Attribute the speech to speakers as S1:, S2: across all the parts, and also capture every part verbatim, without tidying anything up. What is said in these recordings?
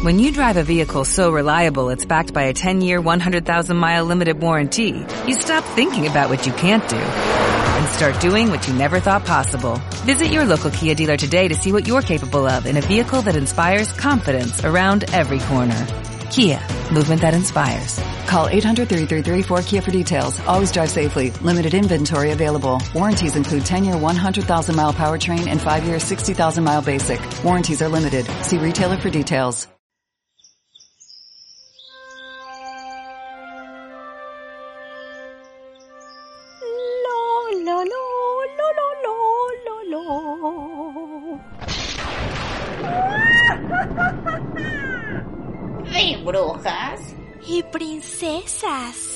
S1: When you drive a vehicle so reliable it's backed by a ten-year, one hundred thousand mile limited warranty, you stop thinking about what you can't do and start doing what you never thought possible. Visit your local Kia dealer today to see what you're capable of in a vehicle that inspires confidence around every corner. Kia, movement that inspires.
S2: Call eight hundred, three three three, four K I A for details. Always drive safely. Limited inventory available. Warranties include ten-year, one hundred thousand mile powertrain and five-year, sixty thousand mile basic. Warranties are limited. See retailer for details.
S3: Lo, lo, lo, lo, lo, lo, lo.
S4: De brujas
S3: y princesas.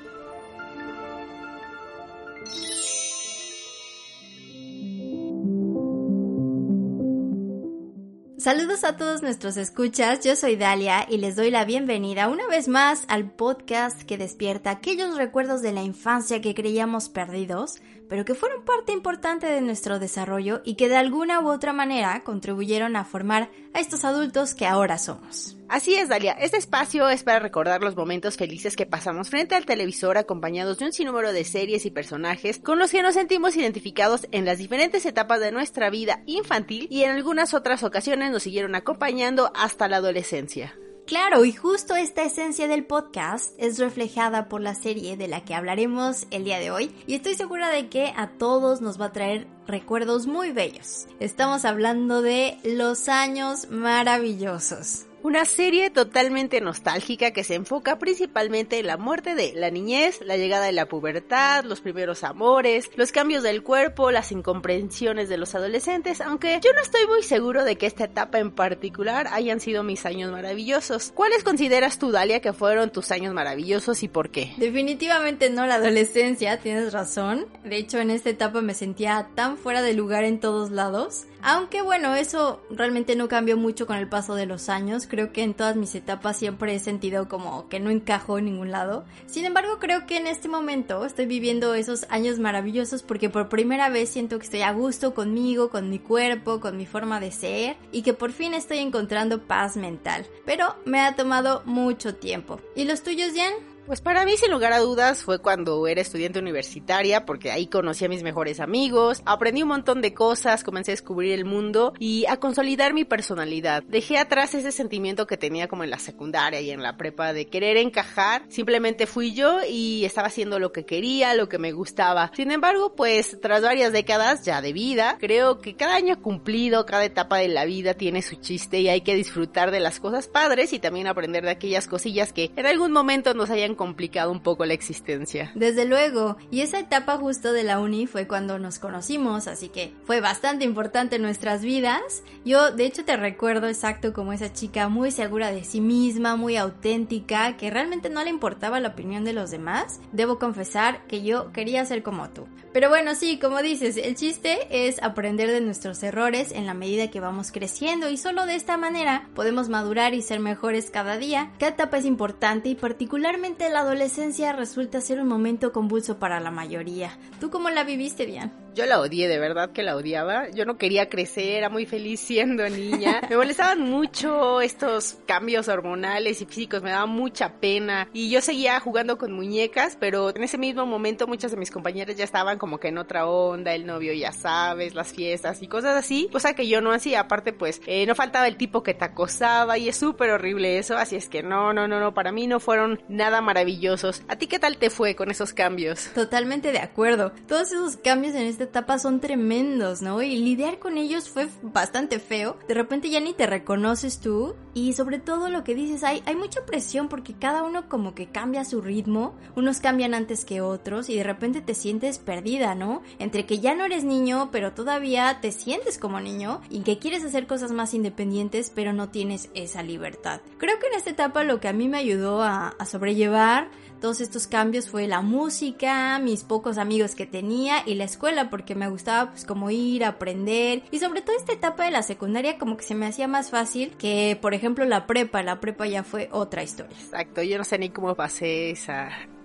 S3: Saludos a todos nuestros escuchas, yo soy Dalia y les doy la bienvenida una vez más al podcast que despierta aquellos recuerdos de la infancia que creíamos perdidos, pero que fueron parte importante de nuestro desarrollo y que de alguna u otra manera contribuyeron a formar a estos adultos que ahora somos.
S5: Así es, Dalia, este espacio es para recordar los momentos felices que pasamos frente al televisor acompañados de un sinnúmero de series y personajes con los que nos sentimos identificados en las diferentes etapas de nuestra vida infantil y en algunas otras ocasiones nos siguieron acompañando hasta la adolescencia.
S3: Claro, y justo esta esencia del podcast es reflejada por la serie de la que hablaremos el día de hoy y estoy segura de que a todos nos va a traer recuerdos muy bellos. Estamos hablando de Los Años Maravillosos.
S5: Una serie totalmente nostálgica que se enfoca principalmente en la muerte de la niñez, la llegada de la pubertad, los primeros amores, los cambios del cuerpo, las incomprensiones de los adolescentes, aunque yo no estoy muy seguro de que esta etapa en particular hayan sido mis años maravillosos. ¿Cuáles consideras tú, Dalia, que fueron tus años maravillosos y por qué?
S3: Definitivamente no la adolescencia, tienes razón. De hecho, en esta etapa me sentía tan fuera de lugar en todos lados. Aunque bueno, eso realmente no cambió mucho con el paso de los años. Creo que en todas mis etapas siempre he sentido como que no encajo en ningún lado. Sin embargo, creo que en este momento estoy viviendo esos años maravillosos porque por primera vez siento que estoy a gusto conmigo, con mi cuerpo, con mi forma de ser y que por fin estoy encontrando paz mental. Pero me ha tomado mucho tiempo. ¿Y los tuyos, Jan?
S5: Pues para mí, sin lugar a dudas, fue cuando era estudiante universitaria, porque ahí conocí a mis mejores amigos, aprendí un montón de cosas, comencé a descubrir el mundo y a consolidar mi personalidad. Dejé atrás ese sentimiento que tenía como en la secundaria y en la prepa de querer encajar, simplemente fui yo y estaba haciendo lo que quería, lo que me gustaba. Sin embargo, pues tras varias décadas ya de vida, creo que cada año cumplido, cada etapa de la vida tiene su chiste y hay que disfrutar de las cosas padres y también aprender de aquellas cosillas que en algún momento nos hayan complicado un poco la existencia.
S3: Desde luego, y esa etapa justo de la uni fue cuando nos conocimos, así que fue bastante importante en nuestras vidas. Yo de hecho te recuerdo exacto como esa chica muy segura de sí misma, muy auténtica, que realmente no le importaba la opinión de los demás. Debo confesar que yo quería ser como tú. Pero bueno, sí, como dices, el chiste es aprender de nuestros errores en la medida que vamos creciendo y solo de esta manera podemos madurar y ser mejores cada día. Cada etapa es importante y particularmente la adolescencia resulta ser un momento convulso para la mayoría. ¿Tú cómo la viviste, Dian?
S5: Yo la odié, de verdad que la odiaba. Yo no quería crecer, era muy feliz siendo niña. Me molestaban mucho estos cambios hormonales y físicos, me daba mucha pena. Y yo seguía jugando con muñecas, pero en ese mismo momento muchas de mis compañeras ya estaban como que en otra onda, el novio ya sabes, las fiestas y cosas así. Cosa que yo no hacía, aparte pues eh, no faltaba el tipo que te acosaba y es súper horrible eso. Así es que no, no, no, no, para mí no fueron nada maravillosos. ¿A ti qué tal te fue con esos cambios?
S3: Totalmente de acuerdo. Todos esos cambios en este etapa son tremendos, ¿no? Y lidiar con ellos fue bastante feo. De repente ya ni te reconoces tú y sobre todo lo que dices, hay, hay mucha presión porque cada uno como que cambia su ritmo, unos cambian antes que otros y de repente te sientes perdida, ¿no? Entre que ya no eres niño pero todavía te sientes como niño y que quieres hacer cosas más independientes pero no tienes esa libertad. Creo que en esta etapa lo que a mí me ayudó a, a sobrellevar todos estos cambios fue la música, mis pocos amigos que tenía y la escuela, porque me gustaba pues como ir a aprender y sobre todo esta etapa de la secundaria como que se me hacía más fácil que por ejemplo la prepa, la prepa ya fue otra historia.
S5: Exacto, yo no sé ni cómo pasé esa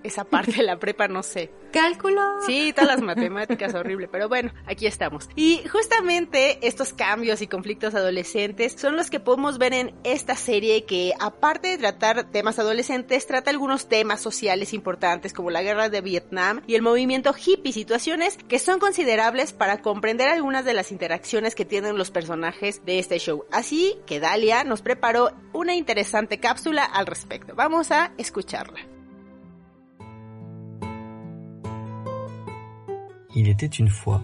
S5: esa parte de la prepa, no sé.
S3: ¡Cálculo!
S5: Sí, todas las matemáticas, horrible, pero bueno, aquí estamos. Y justamente estos cambios y conflictos adolescentes son los que podemos ver en esta serie que, aparte de tratar temas adolescentes, trata algunos temas sociales importantes como la guerra de Vietnam y el movimiento hippie, situaciones que son considerables para comprender algunas de las interacciones que tienen los personajes de este show. Así que Dalia nos preparó una interesante cápsula al respecto. Vamos a escucharla.
S4: Il était une fois.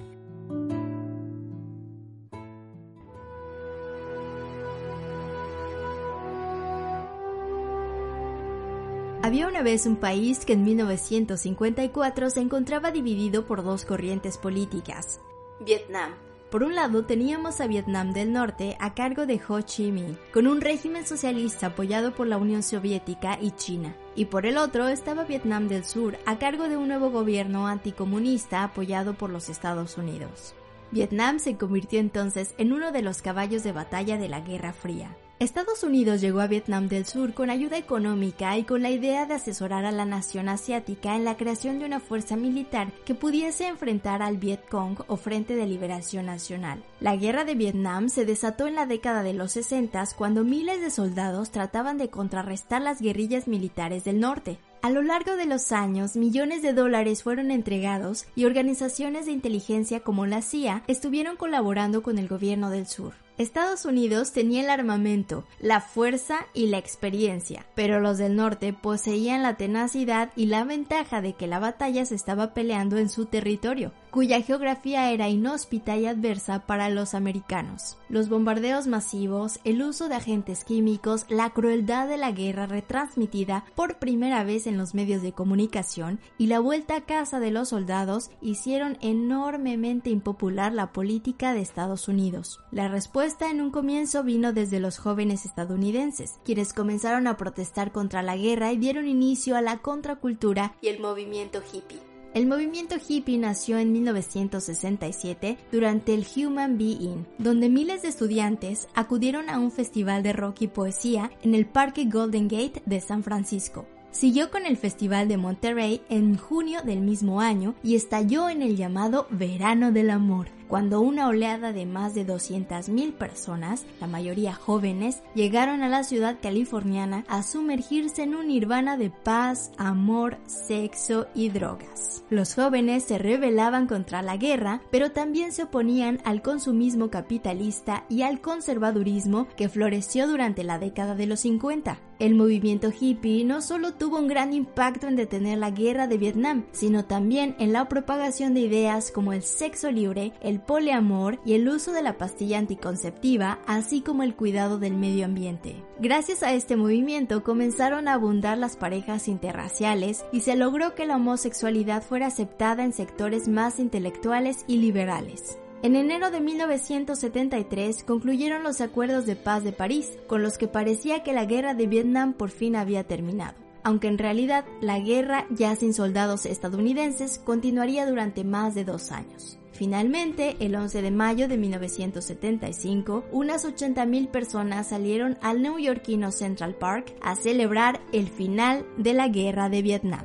S3: Había una vez un país que en mil novecientos cincuenta y cuatro se encontraba dividido por dos corrientes políticas. Vietnam. Por un lado teníamos a Vietnam del Norte a cargo de Ho Chi Minh, con un régimen socialista apoyado por la Unión Soviética y China. Y por el otro estaba Vietnam del Sur a cargo de un nuevo gobierno anticomunista apoyado por los Estados Unidos. Vietnam se convirtió entonces en uno de los caballos de batalla de la Guerra Fría. Estados Unidos llegó a Vietnam del Sur con ayuda económica y con la idea de asesorar a la nación asiática en la creación de una fuerza militar que pudiese enfrentar al Viet Cong o Frente de Liberación Nacional. La guerra de Vietnam se desató en la década de los sesentas cuando miles de soldados trataban de contrarrestar las guerrillas militares del norte. A lo largo de los años, millones de dólares fueron entregados y organizaciones de inteligencia como la C I A estuvieron colaborando con el gobierno del sur. Estados Unidos tenía el armamento, la fuerza y la experiencia, pero los del norte poseían la tenacidad y la ventaja de que la batalla se estaba peleando en su territorio, cuya geografía era inhóspita y adversa para los americanos. Los bombardeos masivos, el uso de agentes químicos, la crueldad de la guerra retransmitida por primera vez en los medios de comunicación y la vuelta a casa de los soldados hicieron enormemente impopular la política de Estados Unidos. La respuesta en un comienzo vino desde los jóvenes estadounidenses, quienes comenzaron a protestar contra la guerra y dieron inicio a la contracultura y el movimiento hippie. El movimiento hippie nació en mil novecientos sesenta y siete durante el Human Being, donde miles de estudiantes acudieron a un festival de rock y poesía en el Parque Golden Gate de San Francisco. Siguió con el Festival de Monterrey en junio del mismo año y estalló en el llamado Verano del Amor, cuando una oleada de más de doscientas mil personas, la mayoría jóvenes, llegaron a la ciudad californiana a sumergirse en un nirvana de paz, amor, sexo y drogas. Los jóvenes se rebelaban contra la guerra, pero también se oponían al consumismo capitalista y al conservadurismo que floreció durante la década de los cincuenta. El movimiento hippie no solo tuvo un gran impacto en detener la guerra de Vietnam, sino también en la propagación de ideas como el sexo libre, el poliamor y el uso de la pastilla anticonceptiva, así como el cuidado del medio ambiente. Gracias a este movimiento comenzaron a abundar las parejas interraciales y se logró que la homosexualidad fuera aceptada en sectores más intelectuales y liberales. En enero de mil novecientos setenta y tres concluyeron los acuerdos de paz de París, con los que parecía que la guerra de Vietnam por fin había terminado, aunque en realidad la guerra, ya sin soldados estadounidenses, continuaría durante más de dos años. Finalmente, el once de mayo de mil novecientos setenta y cinco, unas ochenta mil personas salieron al neoyorquino Central Park a celebrar el final de la guerra de Vietnam.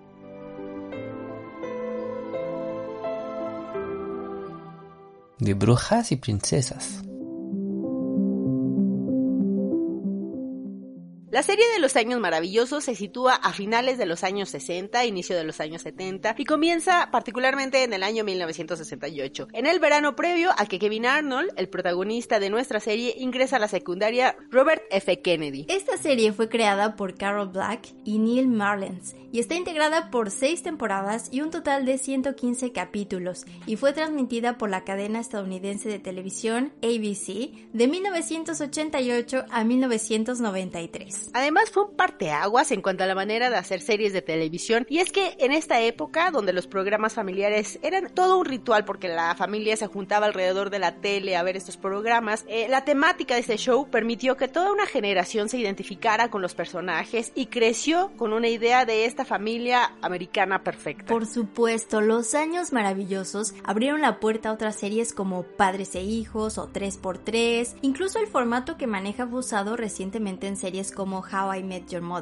S4: De brujas y princesas.
S5: La serie de los años maravillosos se sitúa a finales de los años sesenta, inicio de los años setenta y comienza particularmente en el año mil novecientos sesenta y ocho, en el verano previo a que Kevin Arnold, el protagonista de nuestra serie, ingresa a la secundaria Robert F. Kennedy.
S3: Esta serie fue creada por Carol Black y Neil Marlens y está integrada por seis temporadas y un total de ciento quince capítulos y fue transmitida por la cadena estadounidense de televisión A B C de mil novecientos ochenta y ocho a mil novecientos noventa y tres.
S5: Además fue un parteaguas en cuanto a la manera de hacer series de televisión, y es que en esta época donde los programas familiares eran todo un ritual porque la familia se juntaba alrededor de la tele a ver estos programas, eh, la temática de este show permitió que toda una generación se identificara con los personajes y creció con una idea de esta familia americana perfecta.
S3: Por supuesto, los años maravillosos abrieron la puerta a otras series como Padres e Hijos o tres por tres, incluso el formato que maneja fue usado recientemente en series como How I Met Your Mother.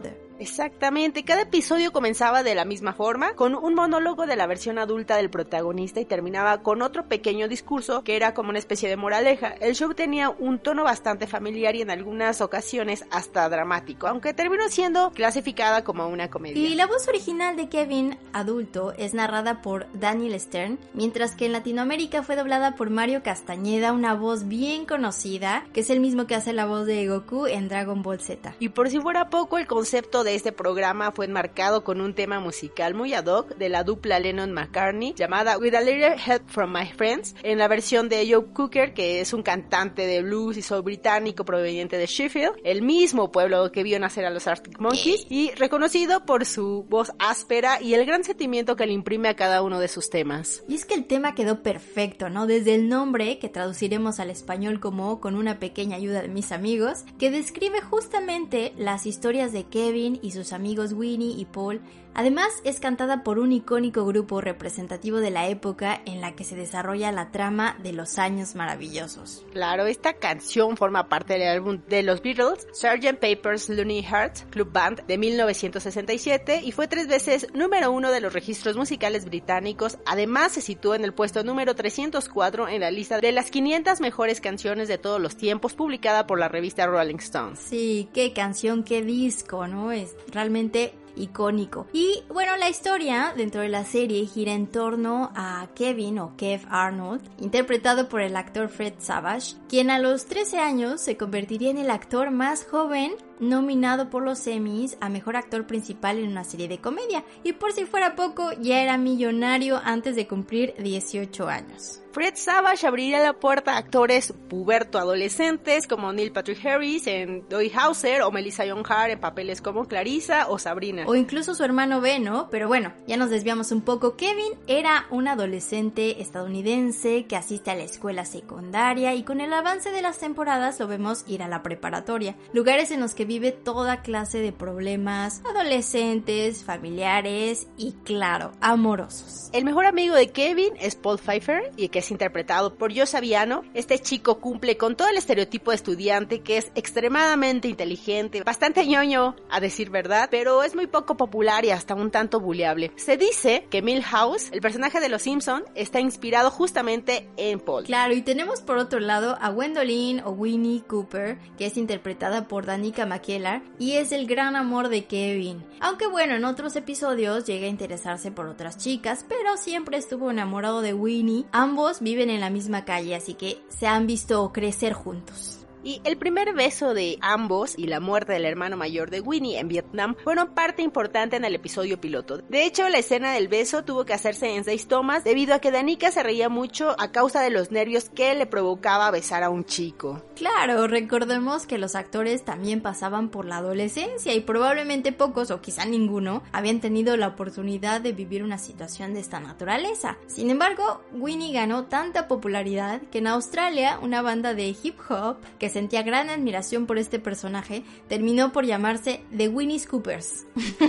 S5: Exactamente, cada episodio comenzaba de la misma forma, con un monólogo de la versión adulta del protagonista y terminaba con otro pequeño discurso que era como una especie de moraleja. El show tenía un tono bastante familiar y en algunas ocasiones hasta dramático, aunque terminó siendo clasificada como una comedia.
S3: Y la voz original de Kevin, adulto, es narrada por Daniel Stern, mientras que en Latinoamérica fue doblada por Mario Castañeda, una voz bien conocida, que es el mismo que hace la voz de Goku en Dragon Ball Z.
S5: Y por si fuera poco, el concepto de este programa fue enmarcado con un tema musical muy ad hoc de la dupla Lennon-McCartney, llamada With a Little Help from My Friends, en la versión de Joe Cocker, que es un cantante de blues y soul británico proveniente de Sheffield, el mismo pueblo que vio nacer a los Arctic Monkeys, y reconocido por su voz áspera y el gran sentimiento que le imprime a cada uno de sus temas.
S3: Y es que el tema quedó perfecto, ¿no? Desde el nombre, que traduciremos al español como Con una pequeña ayuda de mis amigos, que describe justamente las historias de Kevin y sus amigos Winnie y Paul. Además, es cantada por un icónico grupo representativo de la época en la que se desarrolla la trama de Los Años Maravillosos.
S5: Claro, esta canción forma parte del álbum de los Beatles, sergeant Pepper's Lonely Hearts Club Band, de mil novecientos sesenta y siete, y fue tres veces número uno de los registros musicales británicos. Además, se situó en el puesto número trescientos cuatro en la lista de las quinientas mejores canciones de todos los tiempos, publicada por la revista Rolling Stone.
S3: Sí, qué canción, qué disco, ¿no? Es realmente icónico. Y bueno, la historia dentro de la serie gira en torno a Kevin o Kev Arnold, interpretado por el actor Fred Savage, quien a los trece años se convertiría en el actor más joven nominado por los Emmys a mejor actor principal en una serie de comedia, y por si fuera poco, ya era millonario antes de cumplir dieciocho años.
S5: Fred Savage abriría la puerta a actores puberto adolescentes como Neil Patrick Harris en Doogie Howser o Melissa Joan Hart en papeles como Clarissa o Sabrina.
S3: O incluso su hermano Ben, ¿no? Pero bueno, ya nos desviamos un poco. Kevin era un adolescente estadounidense que asiste a la escuela secundaria y con el avance de las temporadas lo vemos ir a la preparatoria, lugares en los que vive toda clase de problemas adolescentes, familiares y, claro, amorosos.
S5: El mejor amigo de Kevin es Paul Pfeiffer, y que es interpretado por Joe Saviano. Este chico cumple con todo el estereotipo de estudiante, que es extremadamente inteligente, bastante ñoño, a decir verdad, pero es muy poco popular y hasta un tanto buleable. Se dice que Milhouse, el personaje de Los Simpson, está inspirado justamente en Paul.
S3: Claro, y tenemos por otro lado a Gwendolyn o Winnie Cooper, que es interpretada por Danica McKellar y es el gran amor de Kevin. Aunque bueno, en otros episodios llega a interesarse por otras chicas, pero siempre estuvo enamorado de Winnie. Ambos viven en la misma calle, así que se han visto crecer juntos.
S5: Y el primer beso de ambos y la muerte del hermano mayor de Winnie en Vietnam fueron parte importante en el episodio piloto. De hecho, la escena del beso tuvo que hacerse en seis tomas debido a que Danica se reía mucho a causa de los nervios que le provocaba besar a un chico.
S3: Claro, recordemos que los actores también pasaban por la adolescencia y probablemente pocos, o quizá ninguno, habían tenido la oportunidad de vivir una situación de esta naturaleza. Sin embargo, Winnie ganó tanta popularidad que en Australia una banda de hip hop que sentía gran admiración por este personaje, terminó por llamarse The Winnie Coopers.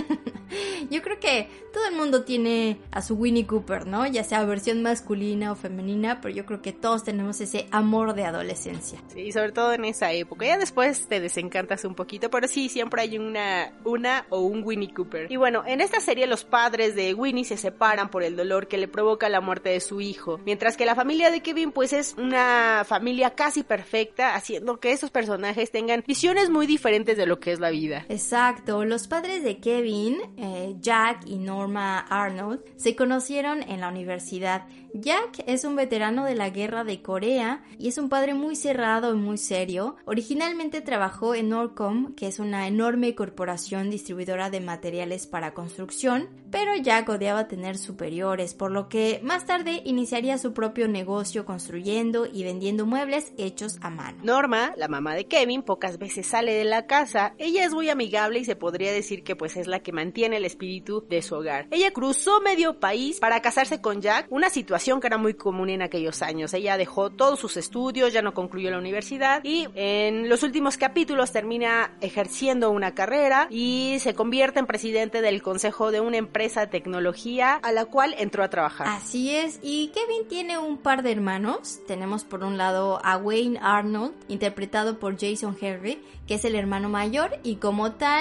S3: Yo creo que todo el mundo tiene a su Winnie Cooper, ¿no? Ya sea versión masculina o femenina, pero yo creo que todos tenemos ese amor de adolescencia.
S5: Sí, sobre todo en esa época. Ya después te desencantas un poquito, pero sí, siempre hay una, una o un Winnie Cooper. Y bueno, en esta serie los padres de Winnie se separan por el dolor que le provoca la muerte de su hijo, mientras que la familia de Kevin pues es una familia casi perfecta, haciendo que esos personajes tengan visiones muy diferentes de lo que es la vida.
S3: Exacto, los padres de Kevin, eh, Jack y Norma Arnold, se conocieron en la universidad. Jack es un veterano de la guerra de Corea y es un padre muy cerrado y muy serio. Originalmente trabajó en Norcom, que es una enorme corporación distribuidora de materiales para construcción, pero Jack odiaba tener superiores, por lo que más tarde iniciaría su propio negocio construyendo y vendiendo muebles hechos a mano.
S5: Norma, la mamá de Kevin, pocas veces sale de la casa. Ella es muy amigable y se podría decir que pues es la que mantiene el espíritu de su hogar. Ella cruzó medio país para casarse con Jack, una situación que era muy común en aquellos años. Ella dejó todos sus estudios, ya no concluyó la universidad y en los últimos capítulos termina ejerciendo una carrera y se convierte en presidente del consejo de una empresa de tecnología a la cual entró a trabajar.
S3: Así es, y Kevin tiene un par de hermanos. Tenemos por un lado a Wayne Arnold, interpretado por Jason Henry, que es el hermano mayor y como tal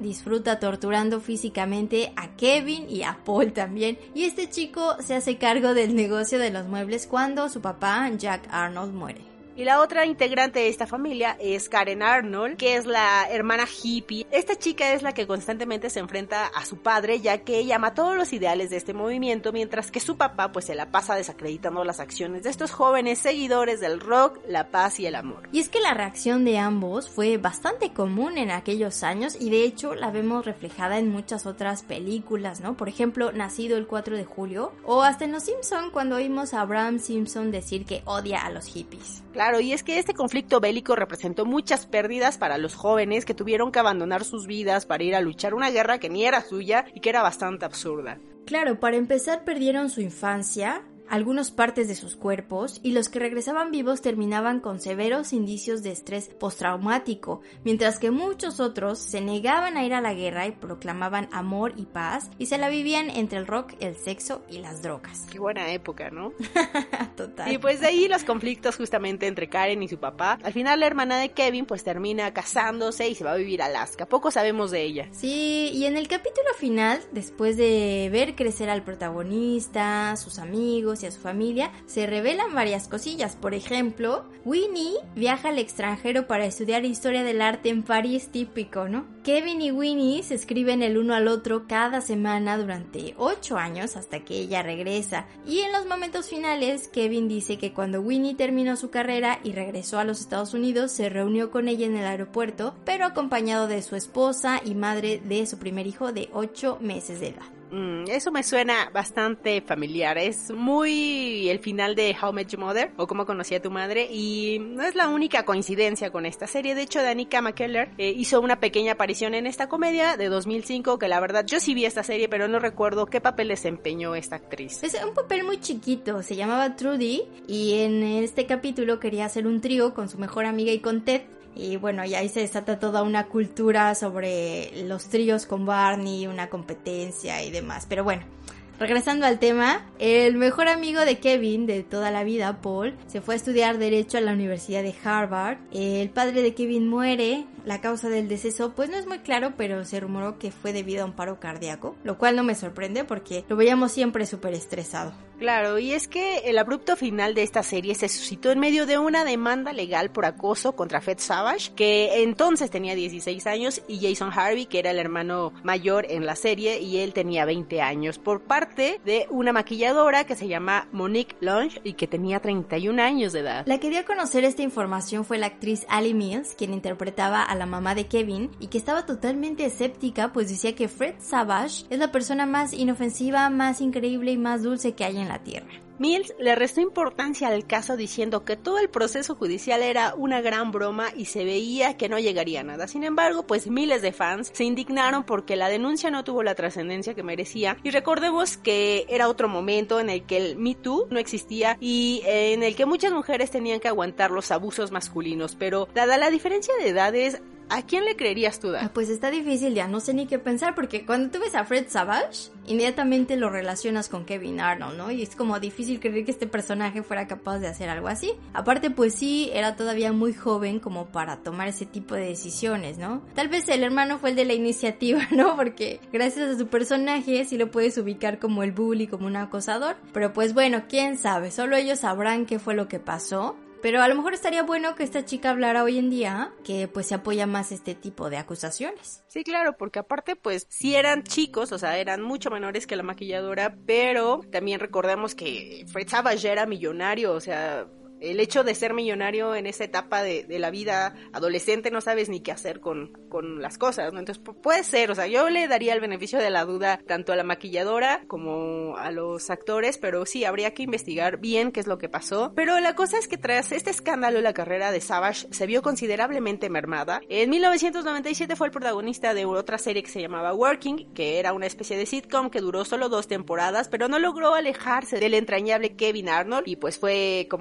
S3: disfruta torturando físicamente a Kevin y a Paul también, y este chico se hace cargo del negocio de los muebles cuando su papá, Jack Arnold, muere.
S5: Y la otra integrante de esta familia es Karen Arnold, que es la hermana hippie. Esta chica es la que constantemente se enfrenta a su padre, ya que ella ama todos los ideales de este movimiento, mientras que su papá pues se la pasa desacreditando las acciones de estos jóvenes seguidores del rock, la paz y el amor.
S3: Y es que la reacción de ambos fue bastante común en aquellos años y de hecho la vemos reflejada en muchas otras películas, ¿no? Por ejemplo, Nacido el cuatro de julio, o hasta en Los Simpson cuando oímos a Abraham Simpson decir que odia a los hippies.
S5: Claro, y es que este conflicto bélico representó muchas pérdidas para los jóvenes que tuvieron que abandonar sus vidas para ir a luchar una guerra que ni era suya y que era bastante absurda.
S3: Claro, para empezar perdieron su infancia, algunas partes de sus cuerpos, y los que regresaban vivos terminaban con severos indicios de estrés postraumático, mientras que muchos otros se negaban a ir a la guerra y proclamaban amor y paz, y se la vivían entre el rock, el sexo y las drogas.
S5: Qué buena época, ¿no?
S3: Total.
S5: Y pues de ahí los conflictos justamente entre Karen y su papá. Al final la hermana de Kevin pues termina casándose y se va a vivir a Alaska. Poco sabemos de ella.
S3: Sí, y en el capítulo final, después de ver crecer al protagonista, sus amigos y a su familia, se revelan varias cosillas. Por ejemplo, Winnie viaja al extranjero para estudiar historia del arte en París, típico, ¿no? Kevin y Winnie se escriben el uno al otro cada semana durante ocho años hasta que ella regresa. Y en los momentos finales, Kevin dice que cuando Winnie terminó su carrera y regresó a los Estados Unidos, se reunió con ella en el aeropuerto, pero acompañado de su esposa y madre de su primer hijo de ocho meses de edad.
S5: Mm, eso me suena bastante familiar. Es muy el final de How I Met Your Mother, o Cómo conocí a tu madre, y no es la única coincidencia con esta serie. De hecho, Danica McKellar eh, hizo una pequeña aparición en esta comedia de dos mil cinco, que la verdad yo sí vi esta serie, pero no recuerdo qué papel desempeñó esta actriz.
S3: Es un papel muy chiquito, se llamaba Trudy, y en este capítulo quería hacer un trío con su mejor amiga y con Ted. Y bueno, y ahí se desata toda una cultura sobre los tríos con Barney, una competencia y demás. Pero bueno, regresando al tema, el mejor amigo de Kevin de toda la vida, Paul, se fue a estudiar Derecho a la Universidad de Harvard. El padre de Kevin muere. La causa del deceso pues no es muy claro, pero se rumoró que fue debido a un paro cardíaco, lo cual no me sorprende porque lo veíamos siempre súper estresado.
S5: Claro, y es que el abrupto final de esta serie se suscitó en medio de una demanda legal por acoso contra Fred Savage, que entonces tenía dieciséis años, y Jason Harvey, que era el hermano mayor en la serie, y él tenía veinte años, por parte de una maquilladora que se llama Monique Lange y que tenía treinta y un años de edad.
S3: La que dio a conocer esta información fue la actriz Ali Mills, quien interpretaba a la mamá de Kevin, y que estaba totalmente escéptica, pues decía que Fred Savage es la persona más inofensiva, más increíble y más dulce que hay en la tierra.
S5: Mills le restó importancia al caso diciendo que todo el proceso judicial era una gran broma y se veía que no llegaría a nada. Sin embargo, pues miles de fans se indignaron porque la denuncia no tuvo la trascendencia que merecía, y recordemos que era otro momento en el que el Me Too no existía y en el que muchas mujeres tenían que aguantar los abusos masculinos, pero dada la diferencia de edades, ¿a quién le creerías tú, Dan?
S3: Pues está difícil, ya no sé ni qué pensar, porque cuando tú ves a Fred Savage, inmediatamente lo relacionas con Kevin Arnold, ¿no? Y es como difícil creer que este personaje fuera capaz de hacer algo así. Aparte, pues sí, era todavía muy joven como para tomar ese tipo de decisiones, ¿no? Tal vez el hermano fue el de la iniciativa, ¿no? Porque gracias a su personaje sí lo puedes ubicar como el bully, como un acosador. Pero pues bueno, quién sabe, solo ellos sabrán qué fue lo que pasó. Pero a lo mejor estaría bueno que esta chica hablara hoy en día, que pues se apoya más este tipo de acusaciones.
S5: Sí, claro, porque aparte pues sí eran chicos, o sea, eran mucho menores que la maquilladora, pero también recordemos que Fred Savage era millonario, o sea, el hecho de ser millonario en esa etapa de, de la vida adolescente no sabes ni qué hacer con, con las cosas, ¿no? Entonces puede ser, o sea, yo le daría el beneficio de la duda tanto a la maquilladora como a los actores, pero sí, habría que investigar bien qué es lo que pasó. Pero la cosa es que tras este escándalo la carrera de Savage se vio considerablemente mermada. En mil novecientos noventa y siete fue el protagonista de otra serie que se llamaba Working, que era una especie de sitcom que duró solo dos temporadas, pero no logró alejarse del entrañable Kevin Arnold y pues fue como que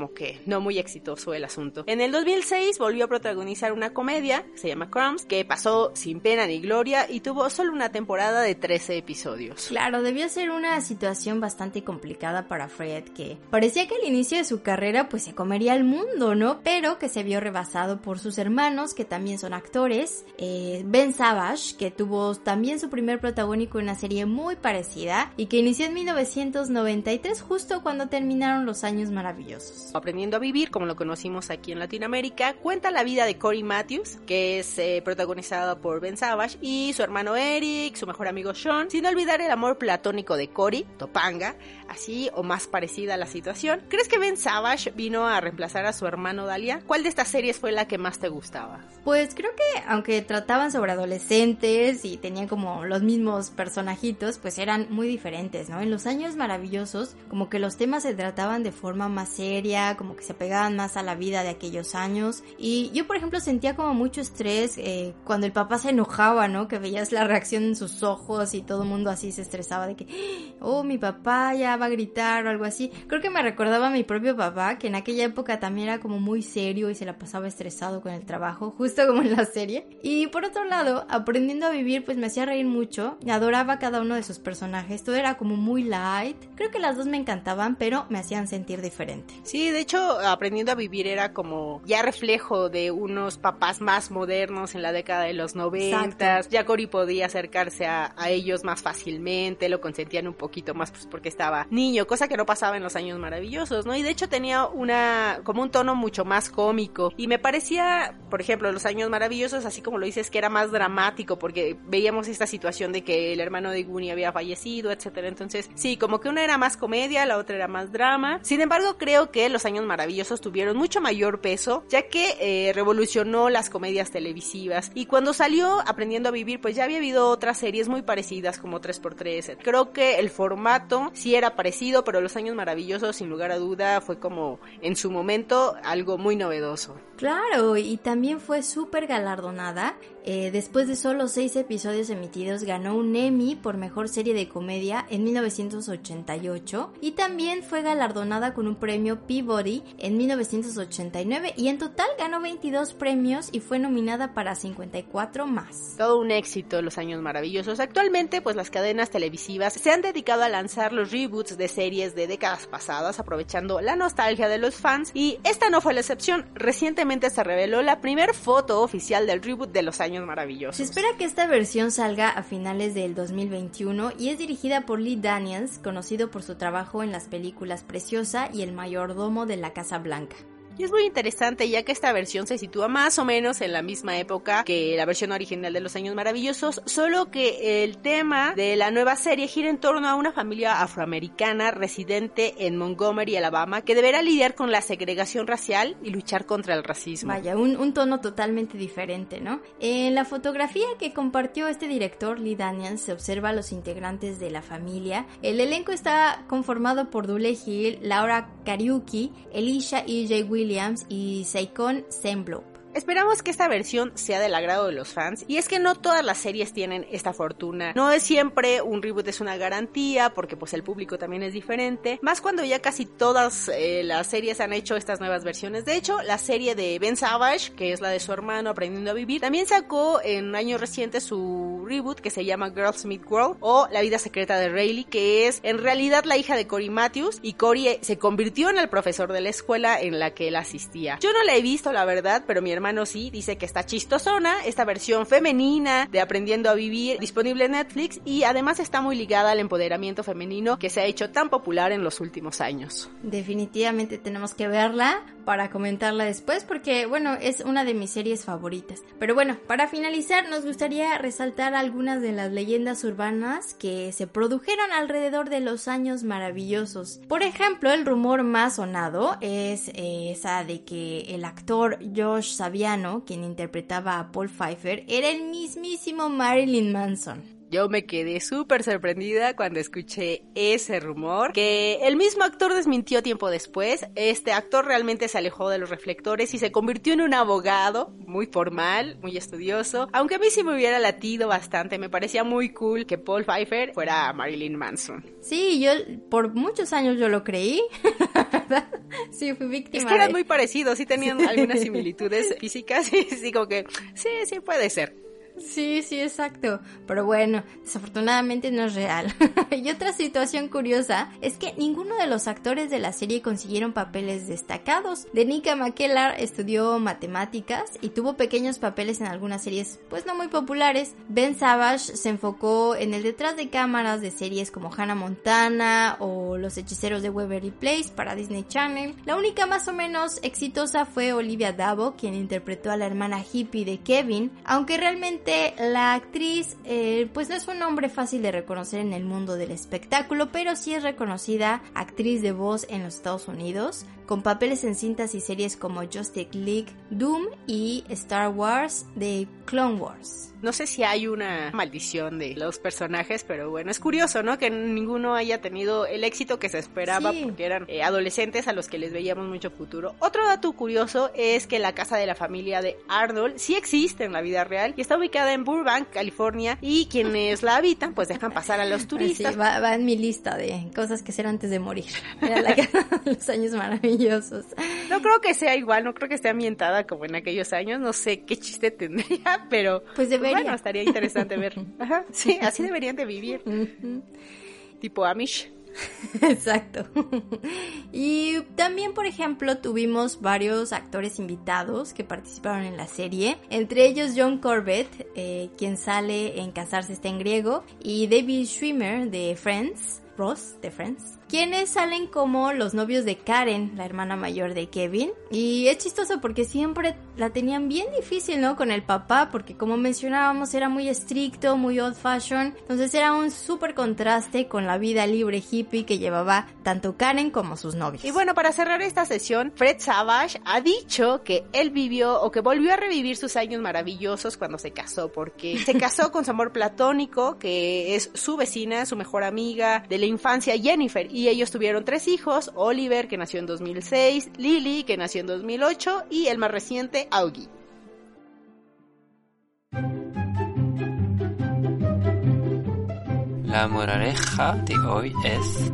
S5: no muy exitoso el asunto. En el dos mil seis volvió a protagonizar una comedia, se llama Crumbs, que pasó sin pena ni gloria y tuvo solo una temporada de trece episodios.
S3: Claro, debió ser una situación bastante complicada para Fred, que parecía que al inicio de su carrera pues se comería el mundo, ¿no? Pero que se vio rebasado por sus hermanos, que también son actores, eh, Ben Savage, que tuvo también su primer protagónico en una serie muy parecida y que inició en mil novecientos noventa y tres, justo cuando terminaron los años maravillosos.
S5: Aprendiendo a vivir, como lo conocimos aquí en Latinoamérica, cuenta la vida de Cory Matthews, que es eh, protagonizada por Ben Savage, y su hermano Eric, su mejor amigo Sean, sin olvidar el amor platónico de Cory, Topanga, así o más parecida a la situación. ¿Crees que Ben Savage vino a reemplazar a su hermano Dahlia? ¿Cuál de estas series fue la que más te gustaba?
S3: Pues creo que aunque trataban sobre adolescentes y tenían como los mismos personajitos, pues eran muy diferentes, ¿no? En los años maravillosos, como que los temas se trataban de forma más seria, como que se pegaban más a la vida de aquellos años. Y yo, por ejemplo, sentía como mucho estrés eh, cuando el papá se enojaba, ¿no? Que veías la reacción en sus ojos y todo el mundo así se estresaba de que, oh, mi papá ya va a gritar o algo así. Creo que me recordaba a mi propio papá, que en aquella época también era como muy serio y se la pasaba estresado con el trabajo, justo como en la serie. Y por otro lado, aprendiendo a vivir, pues me hacía reír mucho, adoraba cada uno de sus personajes, todo era como muy light. Creo que las dos me encantaban, pero me hacían sentir diferente.
S5: Sí, de hecho, aprendiendo a vivir era como ya reflejo de unos papás más modernos en la década de los noventas. Ya Cory podía acercarse a, a ellos más fácilmente, lo consentían un poquito más pues porque estaba niño, cosa que no pasaba en los años maravillosos, ¿no? Y de hecho tenía una como un tono mucho más cómico y me parecía, por ejemplo, los años maravillosos, así como lo dices, que era más dramático porque veíamos esta situación de que el hermano de Goonie había fallecido, etcétera. Entonces, sí, como que una era más comedia, la otra era más drama. Sin embargo, creo que los años maravillosos tuvieron mucho mayor peso, ya que eh, revolucionó las comedias televisivas. Y cuando salió Aprendiendo a Vivir, pues ya había habido otras series muy parecidas como tres por tres. Creo que el formato sí era parecido, pero los años maravillosos, sin lugar a duda, fue como en su momento algo muy novedoso.
S3: Claro, y también fue súper galardonada. Eh, después de solo seis episodios emitidos, ganó un Emmy por Mejor Serie de Comedia en mil novecientos ochenta y ocho y también fue galardonada con un premio Peabody en mil novecientos ochenta y nueve y en total ganó veintidós premios y fue nominada para cincuenta y cuatro más.
S5: Todo un éxito los años maravillosos. Actualmente, pues las cadenas televisivas se han dedicado a lanzar los reboots de series de décadas pasadas, aprovechando la nostalgia de los fans, y esta no fue la excepción. Recientemente se reveló la primer foto oficial del reboot de los años maravillosos.
S3: Se espera que esta versión salga a finales del dos mil veintiuno y es dirigida por Lee Daniels, conocido por su trabajo en las películas Preciosa y El mayordomo de la Casa Blanca.
S5: Y es muy interesante ya que esta versión se sitúa más o menos en la misma época que la versión original de Los Años Maravillosos, solo que el tema de la nueva serie gira en torno a una familia afroamericana residente en Montgomery, Alabama, que deberá lidiar con la segregación racial y luchar contra el racismo.
S3: Vaya, un, un tono totalmente diferente, ¿no? En la fotografía que compartió este director, Lee Daniels, se observa a los integrantes de la familia. El elenco está conformado por Dule Hill, Laura Kariuki, Elisha E J Williams y Saikon Semblo.
S5: Esperamos que esta versión sea del agrado de los fans, y es que no todas las series tienen esta fortuna. No es siempre un reboot es una garantía, porque pues el público también es diferente, más cuando ya casi todas eh, las series han hecho estas nuevas versiones. De hecho, la serie de Ben Savage, que es la de su hermano Aprendiendo a Vivir, también sacó en años recientes su reboot que se llama Girls Meet World, o La vida secreta de Rayleigh, que es en realidad la hija de Cory Matthews, y Cory se convirtió en el profesor de la escuela en la que él asistía. Yo no la he visto, la verdad, pero mi hermano hermano sí, dice que está chistosona, esta versión femenina de Aprendiendo a Vivir, disponible en Netflix, y además está muy ligada al empoderamiento femenino que se ha hecho tan popular en los últimos años.
S3: Definitivamente tenemos que verla para comentarla después porque, bueno, es una de mis series favoritas. Pero bueno, para finalizar nos gustaría resaltar algunas de las leyendas urbanas que se produjeron alrededor de los años maravillosos. Por ejemplo, el rumor más sonado es eh, esa de que el actor Josh Saviano, quien interpretaba a Paul Pfeiffer, era el mismísimo Marilyn Manson.
S5: Yo me quedé súper sorprendida cuando escuché ese rumor, que el mismo actor desmintió tiempo después. Este actor realmente se alejó de los reflectores y se convirtió en un abogado muy formal, muy estudioso, aunque a mí sí me hubiera latido bastante. Me parecía muy cool que Paul Pfeiffer fuera Marilyn Manson.
S3: Sí, yo por muchos años yo lo creí, verdad, sí, fui víctima.
S5: Es que eran
S3: de...
S5: muy parecidos, sí tenían algunas similitudes físicas y sí, como que, sí, sí puede ser.
S3: Sí, sí, exacto. Pero bueno, desafortunadamente no es real. Y otra situación curiosa es que ninguno de los actores de la serie consiguieron papeles destacados. Danica McKellar estudió matemáticas y tuvo pequeños papeles en algunas series pues no muy populares. Ben Savage se enfocó en el detrás de cámaras de series como Hannah Montana o Los Hechiceros de Waverly Place para Disney Channel. La única más o menos exitosa fue Olivia Dabo, quien interpretó a la hermana hippie de Kevin, aunque realmente la actriz eh, pues no es un nombre fácil de reconocer en el mundo del espectáculo, pero sí es reconocida actriz de voz en los Estados Unidos, con papeles en cintas y series como Justice League, Doom y Star Wars de Clone Wars.
S5: No sé si hay una maldición de los personajes, pero bueno, es curioso, ¿no? Que ninguno haya tenido el éxito que se esperaba, sí, porque eran eh, adolescentes a los que les veíamos mucho futuro. Otro dato curioso es que la casa de la familia de Arnold sí existe en la vida real y está ubicada en Burbank, California, y quienes la habitan pues dejan pasar a los turistas.
S3: Sí, va, va en mi lista de cosas que hacer antes de morir. Era la casa de los años maravillosos.
S5: No creo que sea igual, no creo que esté ambientada como en aquellos años, no sé qué chiste tendría, pero
S3: pues debería.
S5: Bueno, estaría interesante ver. Ajá, sí, así deberían de vivir. Uh-huh. Tipo Amish.
S3: Exacto. Y también, por ejemplo, tuvimos varios actores invitados que participaron en la serie, entre ellos John Corbett, eh, quien sale en Casarse está en griego, y David Schwimmer de Friends, Ross de Friends, quienes salen como los novios de Karen, la hermana mayor de Kevin. Y es chistoso porque siempre la tenían bien difícil, ¿no? Con el papá, porque como mencionábamos era muy estricto, muy old fashion. Entonces era un súper contraste con la vida libre hippie que llevaba tanto Karen como sus novios.
S5: Y bueno, para cerrar esta sesión, Fred Savage ha dicho que él vivió o que volvió a revivir sus años maravillosos cuando se casó, porque se casó con su amor platónico, que es su vecina, su mejor amiga de la infancia, Jennifer, y ellos tuvieron tres hijos: Oliver, que nació en dos mil seis, Lily, que nació en dos mil ocho, y el más reciente, Augie.
S4: La moraleja de hoy es: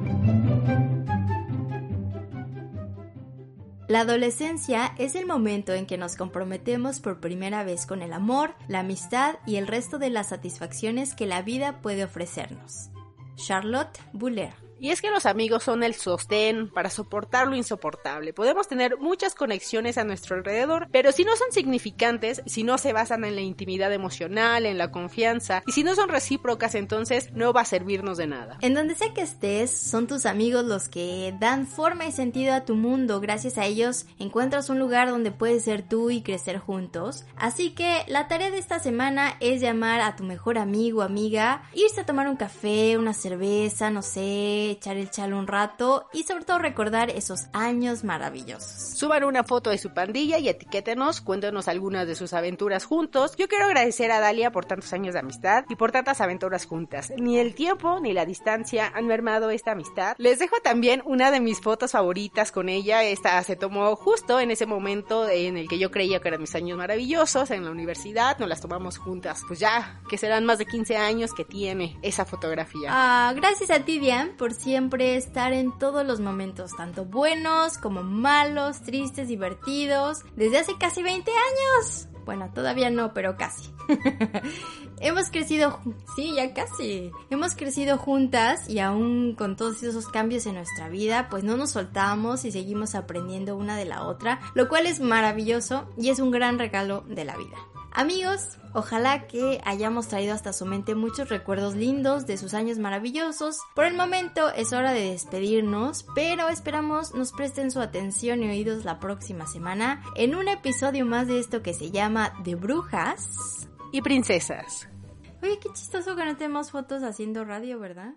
S3: la adolescencia es el momento en que nos comprometemos por primera vez con el amor, la amistad y el resto de las satisfacciones que la vida puede ofrecernos. Charlotte Buller.
S5: Y es que los amigos son el sostén para soportar lo insoportable. Podemos tener muchas conexiones a nuestro alrededor, pero si no son significantes, si no se basan en la intimidad emocional, en la confianza, y si no son recíprocas, entonces no va a servirnos de nada.
S3: En donde sea que estés, son tus amigos los que dan forma y sentido a tu mundo. Gracias a ellos encuentras un lugar donde puedes ser tú y crecer juntos. Así que la tarea de esta semana es llamar a tu mejor amigo o amiga, irse a tomar un café, una cerveza, no sé, echar el chalo un rato y sobre todo recordar esos años maravillosos.
S5: Suban una foto de su pandilla y etiquétenos, cuéntenos algunas de sus aventuras juntos. Yo quiero agradecer a Dalia por tantos años de amistad y por tantas aventuras juntas. Ni el tiempo ni la distancia han mermado esta amistad. Les dejo también una de mis fotos favoritas con ella. Esta se tomó justo en ese momento en el que yo creía que eran mis años maravillosos en la universidad. Nos las tomamos juntas. Pues ya, que serán más de quince años que tiene esa fotografía.
S3: Ah, gracias a ti, Diane, por siempre estar en todos los momentos, tanto buenos como malos, tristes, divertidos, desde hace casi veinte años. Bueno, todavía no, pero casi. Hemos crecido, sí, ya casi. Hemos crecido juntas y aún con todos esos cambios en nuestra vida, pues no nos soltamos y seguimos aprendiendo una de la otra, lo cual es maravilloso y es un gran regalo de la vida. Amigos, ojalá que hayamos traído hasta su mente muchos recuerdos lindos de sus años maravillosos. Por el momento es hora de despedirnos, pero esperamos nos presten su atención y oídos la próxima semana en un episodio más de esto que se llama De Brujas
S5: y Princesas.
S3: Oye, qué chistoso que no tenemos fotos haciendo radio, ¿verdad?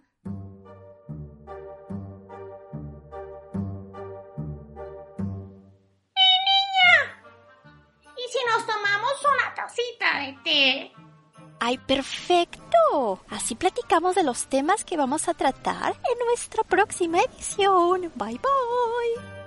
S6: ¿Y si nos tomamos una tacita de té?
S7: ¡Ay, perfecto! Así platicamos de los temas que vamos a tratar en nuestra próxima edición. Bye, bye.